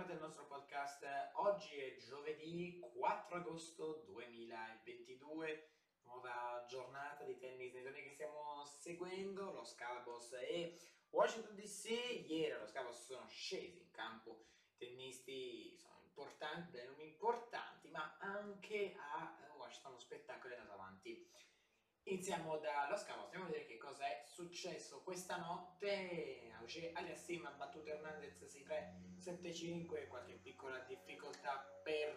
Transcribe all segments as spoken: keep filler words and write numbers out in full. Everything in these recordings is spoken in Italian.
bentornati al nostro podcast. Oggi è giovedì quattro agosto duemilaventidue, nuova giornata di tennis nei tornei che stiamo seguendo, lo Scalabos e Washington D C. Ieri allo Scalabos sono scesi in campo tennisti sono importanti, dai nomi importanti, ma anche a Washington lo spettacolo è andato avanti. Iniziamo dallo scavo, andiamo a vedere che cosa è successo questa notte. Auger Aliassime ha battuto Hernandez sei tre sette cinque, qualche piccola difficoltà per,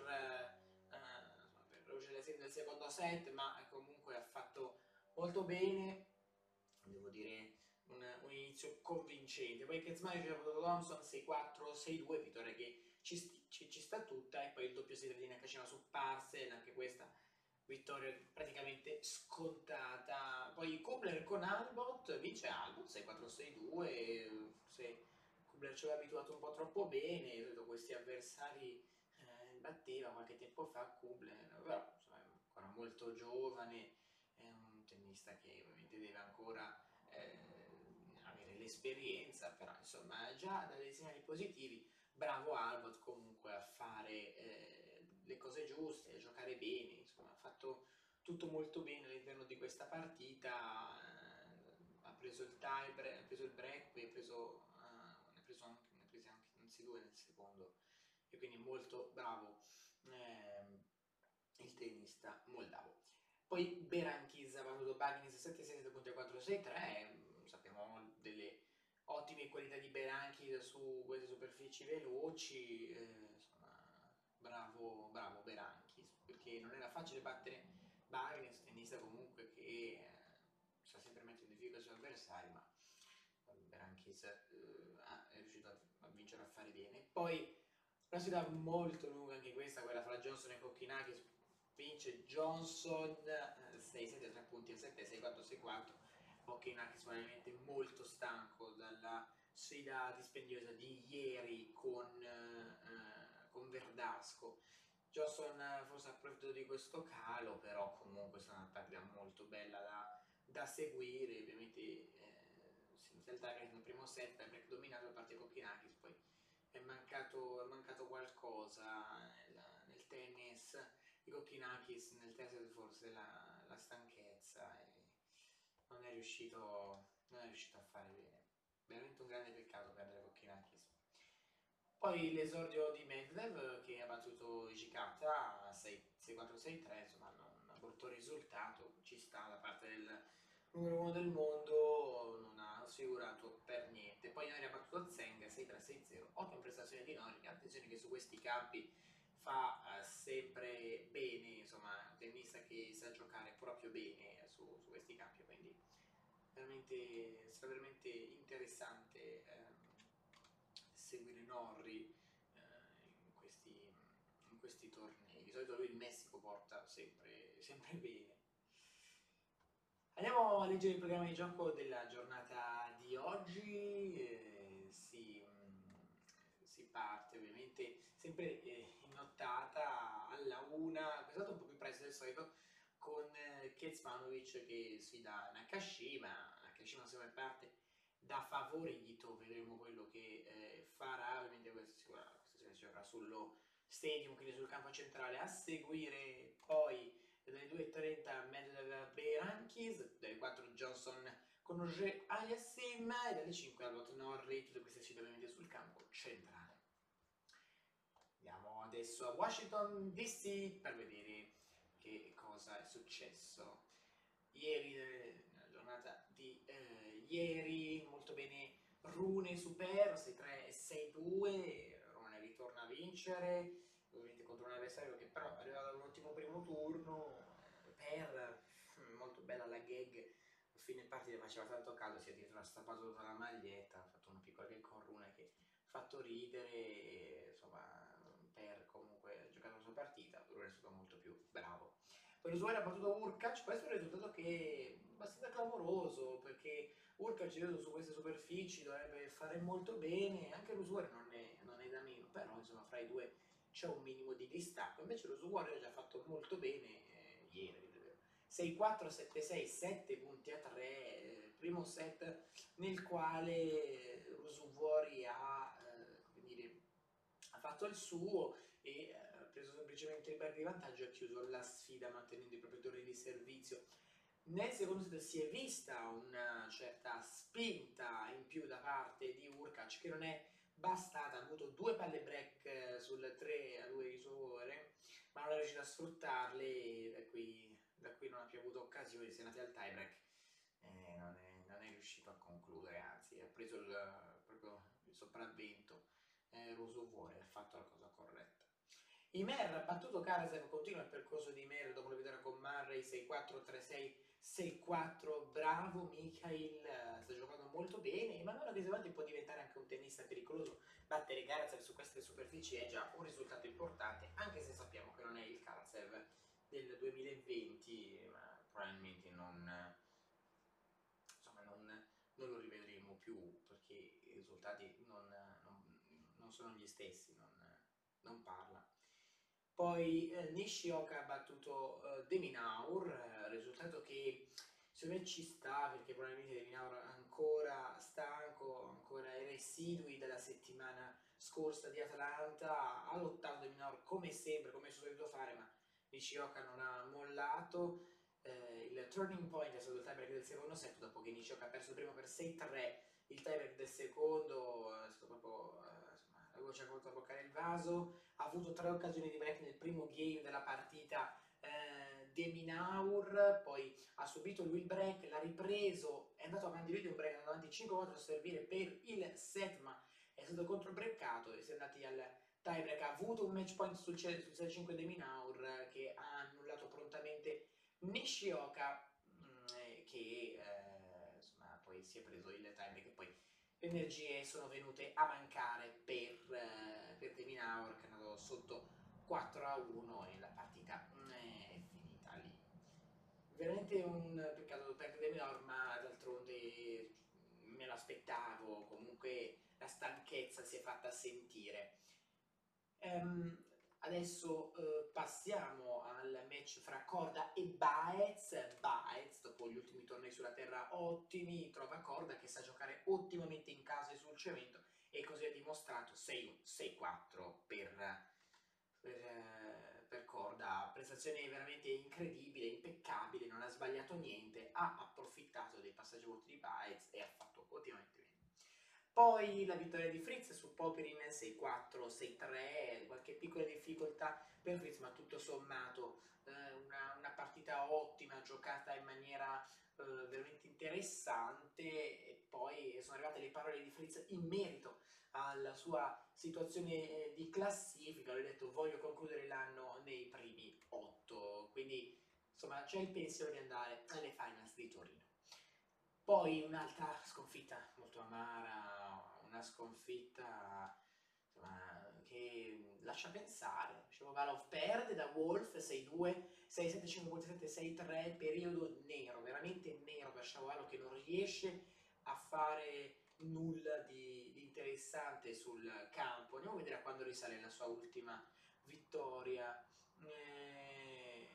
eh, per Auger Aliassime nel secondo set, ma comunque ha fatto molto bene, devo dire un, un inizio convincente. Poi Kecmanovic ha battuto Thompson sei quattro sei due, vittoria che ci, ci, ci sta tutta, e poi il doppio set di Nakashima su Parcel, anche questa vittoria praticamente scontata. Poi Kubler con Albot, vince Albot sei quattro sei due, forse Kubler ci aveva abituato un po' troppo bene, vedo questi avversari eh, batteva qualche tempo fa Kubler, però insomma, è ancora molto giovane, è un tennista che ovviamente deve ancora eh, avere l'esperienza, però insomma già dà dei segnali positivi. Bravo Albot comunque a fare eh, le cose giuste, a giocare bene, insomma ha fatto tutto molto bene all'interno di questa partita, eh, ha preso il tie break, ha preso il break, poi ha preso, uh, ne ha preso anche, ne ha presi anche anzi due nel secondo, e quindi molto bravo eh, il tennista moldavo. Poi Berankis ha battuto Bagnis sette sei sette quattro sei tre, sappiamo delle ottime qualità di Berankis su queste superfici veloci, eh, insomma, bravo, bravo Berankis, perché non era facile battere Bagnis, tennista comunque che eh, sa sempre mettere in difficoltà i suoi avversari, ma Berankis eh, è riuscito a, a vincere, a fare bene. Poi una sfida molto lunga anche questa, quella fra Johnson e Kokkinakis. Vince Johnson eh, sei sette tre punti a sette sei quattro sei quattro. Kokkinakis veramente molto stanco dalla sfida dispendiosa di ieri con, eh, con Verdasco. Johnson eh, forse ha approfittato di questo calo, però comunque è stata una partita molto bella da, da seguire. Ovviamente eh, si inizia il target nel primo set, break dominato da parte di Kokkinakis, poi è mancato, è mancato qualcosa nel, nel tennis di Kokkinakis, nel terzo forse la, la stanchezza, e non è, riuscito, non è riuscito a fare bene. Veramente un grande peccato perdere Kokkinakis. Poi l'esordio di Medvedev che ha battuto Ishikata sei quattro sei tre, insomma un brutto risultato, ci sta da parte del numero uno del mondo, non ha sfigurato per niente. Poi Nori ha battuto Zeng sei tre sei zero, ottima prestazione di Nori, attenzione che su questi campi fa eh, sempre bene, insomma un tennista che sa giocare proprio bene su, su questi campi, quindi veramente, sarà veramente interessante eh, seguire Norri eh, in, questi, in questi tornei. Di solito lui il Messico porta sempre, sempre bene. Andiamo a leggere il programma di gioco della giornata di oggi. Eh, si, si parte ovviamente sempre eh, in nottata alla una, è stato un po' più presto del solito, con eh, Kecmanovic che sfida Nakashima. Nakashima sempre parte da favorito, vedremo quello che eh, farà. Ovviamente questa, questa si giocherà sullo stadium, quindi sul campo centrale. A seguire poi dalle due e trenta Medvedev Berankis, dalle quattro Johnson con Auger Aliassime, e dalle cinque Albot Norrie, tutte queste sfide ovviamente sul campo centrale. Andiamo adesso a Washington D C per vedere che cosa è successo ieri, nella giornata di eh, ieri. Molto bene Rune Super sei tre sei due, Rune ritorna a vincere ovviamente contro un avversario che però arriva da un ottimo primo turno. Per molto bella la gag, a fine partita faceva tanto caldo, si è addirittura stappato tutta la maglietta, ha fatto una piccola gag con Rune che ha fatto ridere, e, insomma Per comunque ha giocato la sua partita, Rune è stato molto più bravo. Poi l'usuario ha battuto Urkac, questo è un risultato che è abbastanza clamoroso, perché Urkac su queste superfici dovrebbe fare molto bene, anche l'usuario non è, non è da meno, però insomma fra i due c'è un minimo di distacco. Invece lo Warrior ha già fatto molto bene eh, ieri, sei quattro sette sei sette punti a tre, eh, primo set nel quale Rosuvori ha, eh, come dire, ha fatto il suo e eh, ha preso semplicemente il break di vantaggio e ha chiuso la sfida mantenendo i propri torni di servizio. Nel secondo set si è vista una certa spinta in più da parte di Hurkacz che non è bastata, ha avuto due palle break eh, sul tre a due di suo favore, ma non è riuscito a sfruttarle e da qui, da qui non ha più avuto occasioni, si è andati al tiebreak e non è, non è riuscito a concludere, anzi ha preso il, proprio il sopravvento, eh, Ruusuvuori ha fatto la cosa corretta. Imer ha battuto Karatsev, continua il percorso di Imer dopo la vittoria con Murray sei quattro tre sei sei quattro, bravo Mikhail, sta giocando molto bene e man mano che si avanti può diventare anche un tennista pericoloso. Battere Karatsev su queste superfici è già un risultato importante, anche se sappiamo che non è il Karatsev del duemilaventi, ma probabilmente non, insomma, non, non lo rivedremo più perché i risultati non, non, non sono gli stessi, non, non parla. Poi eh, Nishioka ha battuto eh, De Minaur, eh, risultato che secondo me ci sta perché probabilmente De Minaur è ancora stanco, ancora ai residui della settimana scorsa di Atalanta, ha lottato De Minaur come sempre, come è solito fare, ma Nishioka non ha mollato. Eh, il turning point è stato il tiebreak del secondo set, dopo che Nishioka ha perso il primo per sei tre, il tiebreak del secondo è stato proprio eh, insomma, la goccia che ha voluto bloccare il vaso. Ha avuto tre occasioni di break nel primo game della partita eh, De Minaur, poi ha subito lui il break, l'ha ripreso, è andato avanti lui di un break, è andato avanti cinque quattro a servire per il set, ma è stato controbreccato e si è andati al tiebreak. Ha avuto un match point sul, sul sei cinque De Minaur che ha annullato prontamente Nishioka, mh, che eh, insomma poi si è preso il tiebreak e poi le energie sono venute a mancare per, eh, per De Minaur che è andato sotto quattro a uno e la partita mm, è finita lì. Veramente un peccato per De Minaur, ma d'altronde me l'aspettavo, comunque la stanchezza si è fatta sentire. Ehm, Adesso eh, passiamo al match fra Korda e Baez. Baez, dopo gli ultimi tornei sulla terra ottimi, trova Korda che sa giocare ottimamente in casa e sul cemento e così ha dimostrato sei uno sei quattro per, per, eh, per Korda. Prestazione veramente incredibile, impeccabile, non ha sbagliato niente, ha approfittato dei passaggi vuoti di Baez e ha fatto ottimamente bene. Poi la vittoria di Fritz su Popperin sei quattro sei tre, qualche piccola difficoltà per Fritz, ma tutto sommato eh, una, una partita ottima, giocata in maniera eh, veramente interessante. E poi sono arrivate le parole di Fritz in merito alla sua situazione eh, di classifica. Lui ha detto voglio concludere l'anno nei primi otto, quindi insomma c'è il pensiero di andare alle finals di Torino. Poi un'altra sconfitta molto amara, una sconfitta insomma, che lascia pensare. Shapovalov perde da Wolf sei due, sei sette, cinque sette, sei tre, periodo nero, veramente nero per Shapovalov che non riesce a fare nulla di, di interessante sul campo. Andiamo a vedere a quando risale la sua ultima vittoria. Eh,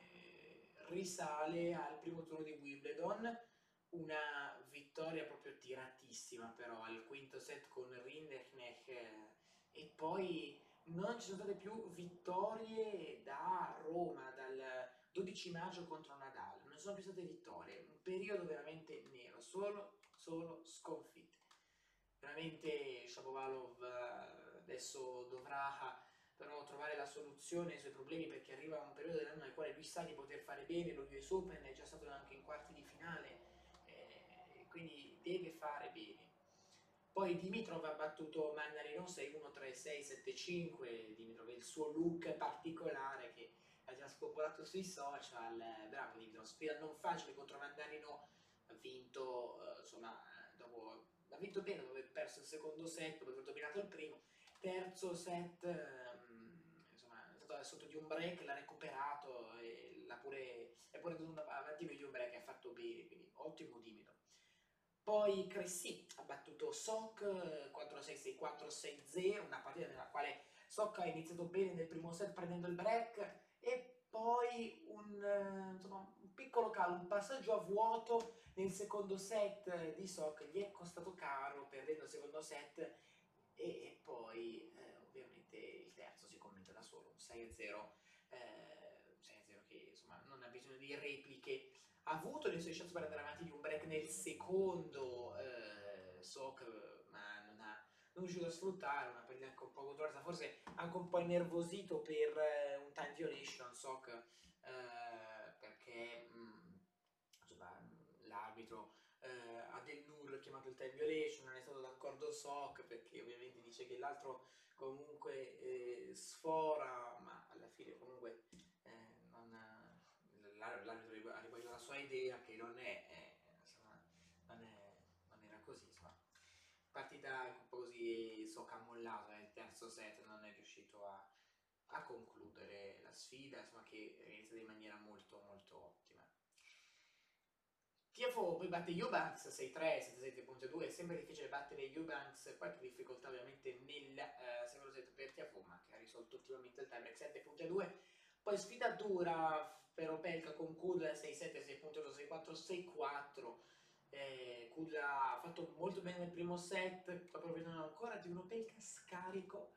risale al primo turno di Wimbledon, una vittoria proprio tiratissima però al quinto set con Rinderknecht eh, e poi non ci sono state più vittorie da Roma, dal dodici maggio contro Nadal, non sono più state vittorie, un periodo veramente nero, solo, solo sconfitte. Veramente Shapovalov eh, adesso dovrà però trovare la soluzione ai suoi problemi perché arriva un periodo dell'anno nel quale lui sa di poter fare bene, lo U S Open è già stato anche in quarti di finale, eh, quindi deve fare bene. Poi Dimitrov ha battuto Mannarino sei uno tre sei sette cinque, Dimitrov è il suo look particolare che ha già spopolato sui social, bravo Dimitrov, sfida non facile contro Mannarino, ha vinto, eh, insomma, dopo, ha vinto bene dopo aver perso il secondo set, dopo aver dominato il primo, terzo set, ehm, insomma, è stato sotto di un break, l'ha recuperato e l'ha pure, è pure andato avanti lui di un break, ha fatto bene, quindi ottimo Dimitrov. Poi Cressy ha battuto Sock quattro sei sei quattro sei zero, una partita nella quale Sock ha iniziato bene nel primo set prendendo il break e poi un, eh, insomma, un piccolo calo, un passaggio a vuoto nel secondo set di Sock gli è costato caro perdendo il secondo set e, e poi eh, ovviamente il sei a zero, eh, sei a zero che insomma non ha bisogno di repliche. Ha avuto le sue chance per andare avanti di un break nel secondo eh, Sock, ma non ha non è riuscito a sfruttare, una partita anche un po' controversa, forse anche un po' innervosito per eh, un time violation, Sock, eh, perché mh, insomma, l'arbitro eh, Adel Nur chiamato il time violation, non è stato d'accordo Sock perché ovviamente dice che l'altro comunque eh, sfora, ma alla fine comunque eh, non, l'arbitro ha ribadito la sua idea che non è, eh, insomma, non, è non era così, insomma. Partita un po' così, Sock ha mollato nel terzo set, non è riuscito a, a concludere la sfida, insomma, che è iniziata in maniera molto molto ottima. Tiafoe poi batte Eubanks sei tre, sette sette punto due, è sempre difficile battere Eubanks, qualche difficoltà ovviamente nel eh, secondo set per Tiafoe, ma che ha risolto ultimamente il tiebreak sette punto due. Poi sfida dura per Opelka con Kudla sei sette, sei punto uno, sei quattro, sei quattro. Eh, Kudla ha fatto molto bene nel primo set, poi approfittando ancora di un Opelka scarico.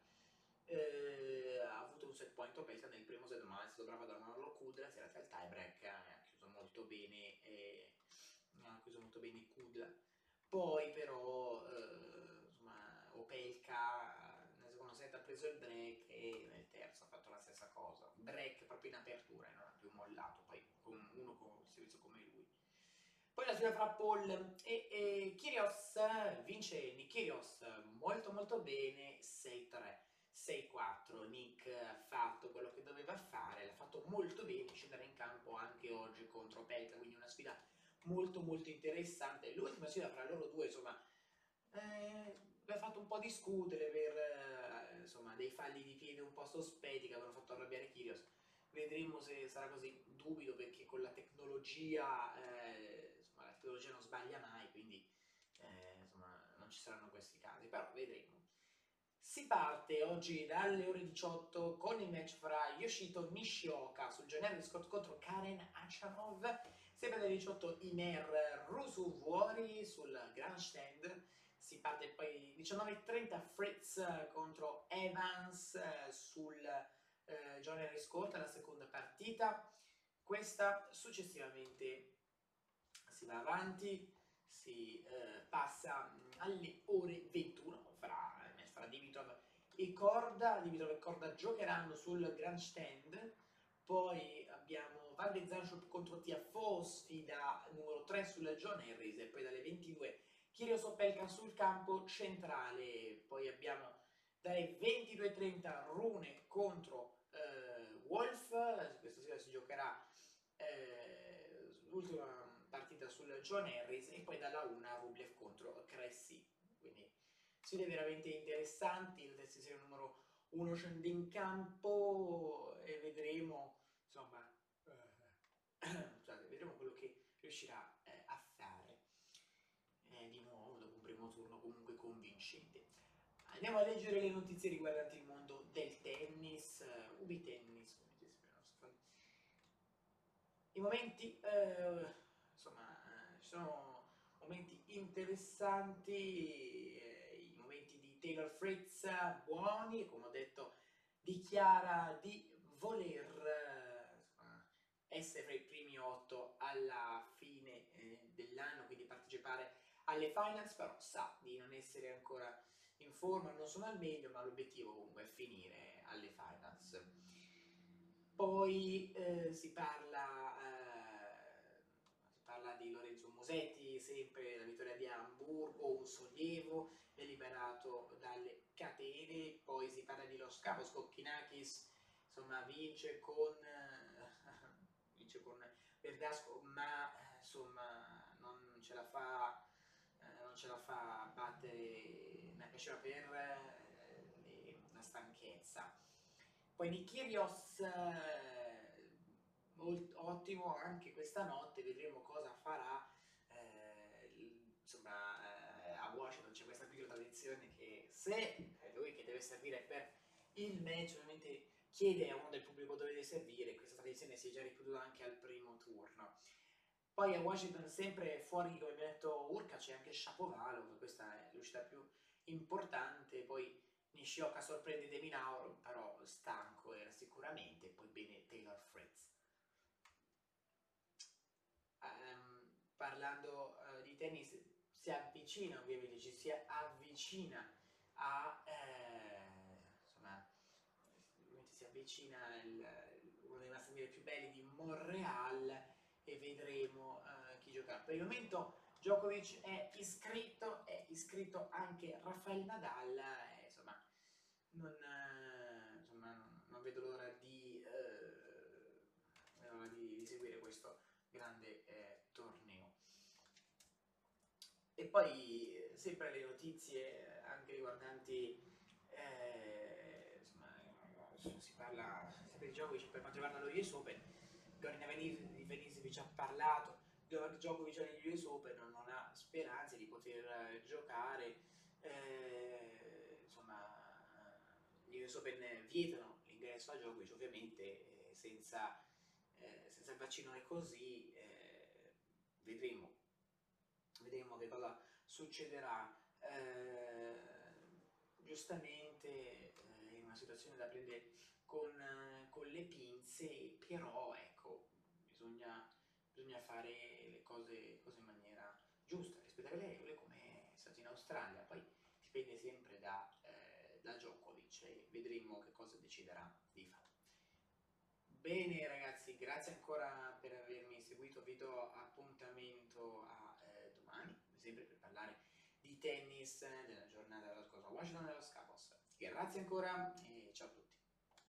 Eh, ha avuto un set point Opelka nel primo set, ma è stato bravo a dominarlo Kudla, si era fatto il tiebreak, ha chiuso molto bene. Eh, ha chiuso molto bene Kudla. Poi però eh, insomma, Opelka nel secondo set ha preso il break e nel terzo ha fatto la stessa cosa, break proprio in apertura e non ha più mollato, poi con uno con il servizio come lui. Poi la sfida fra Paul e, e Kyrgios, vince Nick Kyrgios molto molto bene, sei tre, sei quattro. Nick ha fatto quello che doveva fare, l'ha fatto molto bene, scendere in campo anche oggi contro Opelka, quindi una sfida molto molto interessante. L'ultima sfida fra loro due, insomma, eh, mi ha fatto un po' discutere per eh, insomma, dei falli di piede un po' sospetti che avevano fatto arrabbiare Kyrgios. Vedremo se sarà così, dubito perché con la tecnologia, eh, insomma, la tecnologia non sbaglia mai, quindi eh, insomma, non ci saranno questi casi, però vedremo. Si parte oggi dalle ore diciotto con il match fra Yoshito Nishioka sul January Scott contro Karen Achanov, sempre dalle diciotto Iner Rusuvuori sul Grandstand. Si parte poi diciannove e trenta Fritz contro Evans eh, sul eh, January Scott, la seconda partita. Questa successivamente si va avanti, si eh, passa alle ore ventuno fra, fra Dimitrov e Korda. Dimitrov e Korda giocheranno sul Grandstand. Poi abbiamo Van de Zanschop contro Tiafoe, sfida numero tre sul John Harris, e poi dalle ventidue Kyrgios Opelka sul campo centrale. Poi abbiamo dalle ventidue e trenta Rune contro eh, Wolf. Questa sera si giocherà eh, l'ultima partita sul John Harris, e poi dalla una Rublev contro Cressy. Quindi sfide veramente interessanti. Il test serie numero uno scende in campo e vedremo, insomma, eh, scusate, vedremo quello che riuscirà eh, a fare eh, di nuovo dopo un primo turno comunque convincente. Andiamo a leggere le notizie riguardanti il mondo del tennis, uh, Ubi Tennis, i momenti, eh, insomma, eh, ci sono momenti interessanti, eh, i momenti di Taylor Fritz buoni, come ho detto, dichiara di voler eh, insomma, essere fra i primi otto alla fine eh, dell'anno, quindi partecipare alle finals, però sa di non essere ancora in forma, non sono al meglio, ma l'obiettivo comunque è finire alle finals. Poi eh, si, parla, eh, si parla di Lorenzo Musetti, sempre la vittoria di Amburgo, un sollievo, è liberato dalle catene. Poi si parla di Los Cabos Kokkinakis, insomma vince con, eh, vince con Verdasco, ma insomma non ce la fa, eh, non ce la fa a battere Nakashima per eh, le, la stanchezza. Poi di Kyrgios eh, ottimo anche questa notte, vedremo cosa farà. Eh, insomma, eh, a Washington c'è questa piccola tradizione che se è lui che deve servire per il match, ovviamente chiede a uno del pubblico dove deve servire. Questa tradizione si è già ripetuta anche al primo turno. Poi a Washington, sempre fuori, come abbiamo detto, Urca, c'è anche Shapovalov, questa è l'uscita più importante. Poi Nishioka sorprende De Minaur, però stanco era sicuramente, poi bene Taylor Fritz. Um, parlando uh, di tennis, si avvicina, ovviamente ci si avvicina a eh, insomma, si avvicina il, uno dei massimi più belli di Montreal e vedremo uh, chi giocherà. Per il momento Djokovic è iscritto, è iscritto anche Rafael Nadal, e, insomma, non, eh, insomma, non, non vedo l'ora di, eh, di, di seguire questo grande eh, torneo. E poi eh, sempre le notizie anche riguardanti eh, insomma, si parla sempre di Djokovic per quanto riguarda lo U S Open. Garina Venisevic ha parlato, Djokovic negli U S Open non ha speranze di poter giocare, eh, insomma gli U S Open vietano l'ingresso a Djokovic, ovviamente eh, senza, eh, senza il vaccino è così, eh, vedremo vedremo che cosa succederà. Eh, giustamente eh, è una situazione da prendere con, eh, con le pinze, però ecco, bisogna, bisogna fare le cose, cose in maniera giusta, rispettare le regole come è stato in Australia, poi dipende sempre da, eh, da Djokovic e vedremo che cosa deciderà di fare. Bene ragazzi, grazie ancora per avermi seguito, vi do appuntamento a eh, domani, come sempre per parlare di tennis della giornata della scorsa Washington e dello Scapos. Grazie ancora.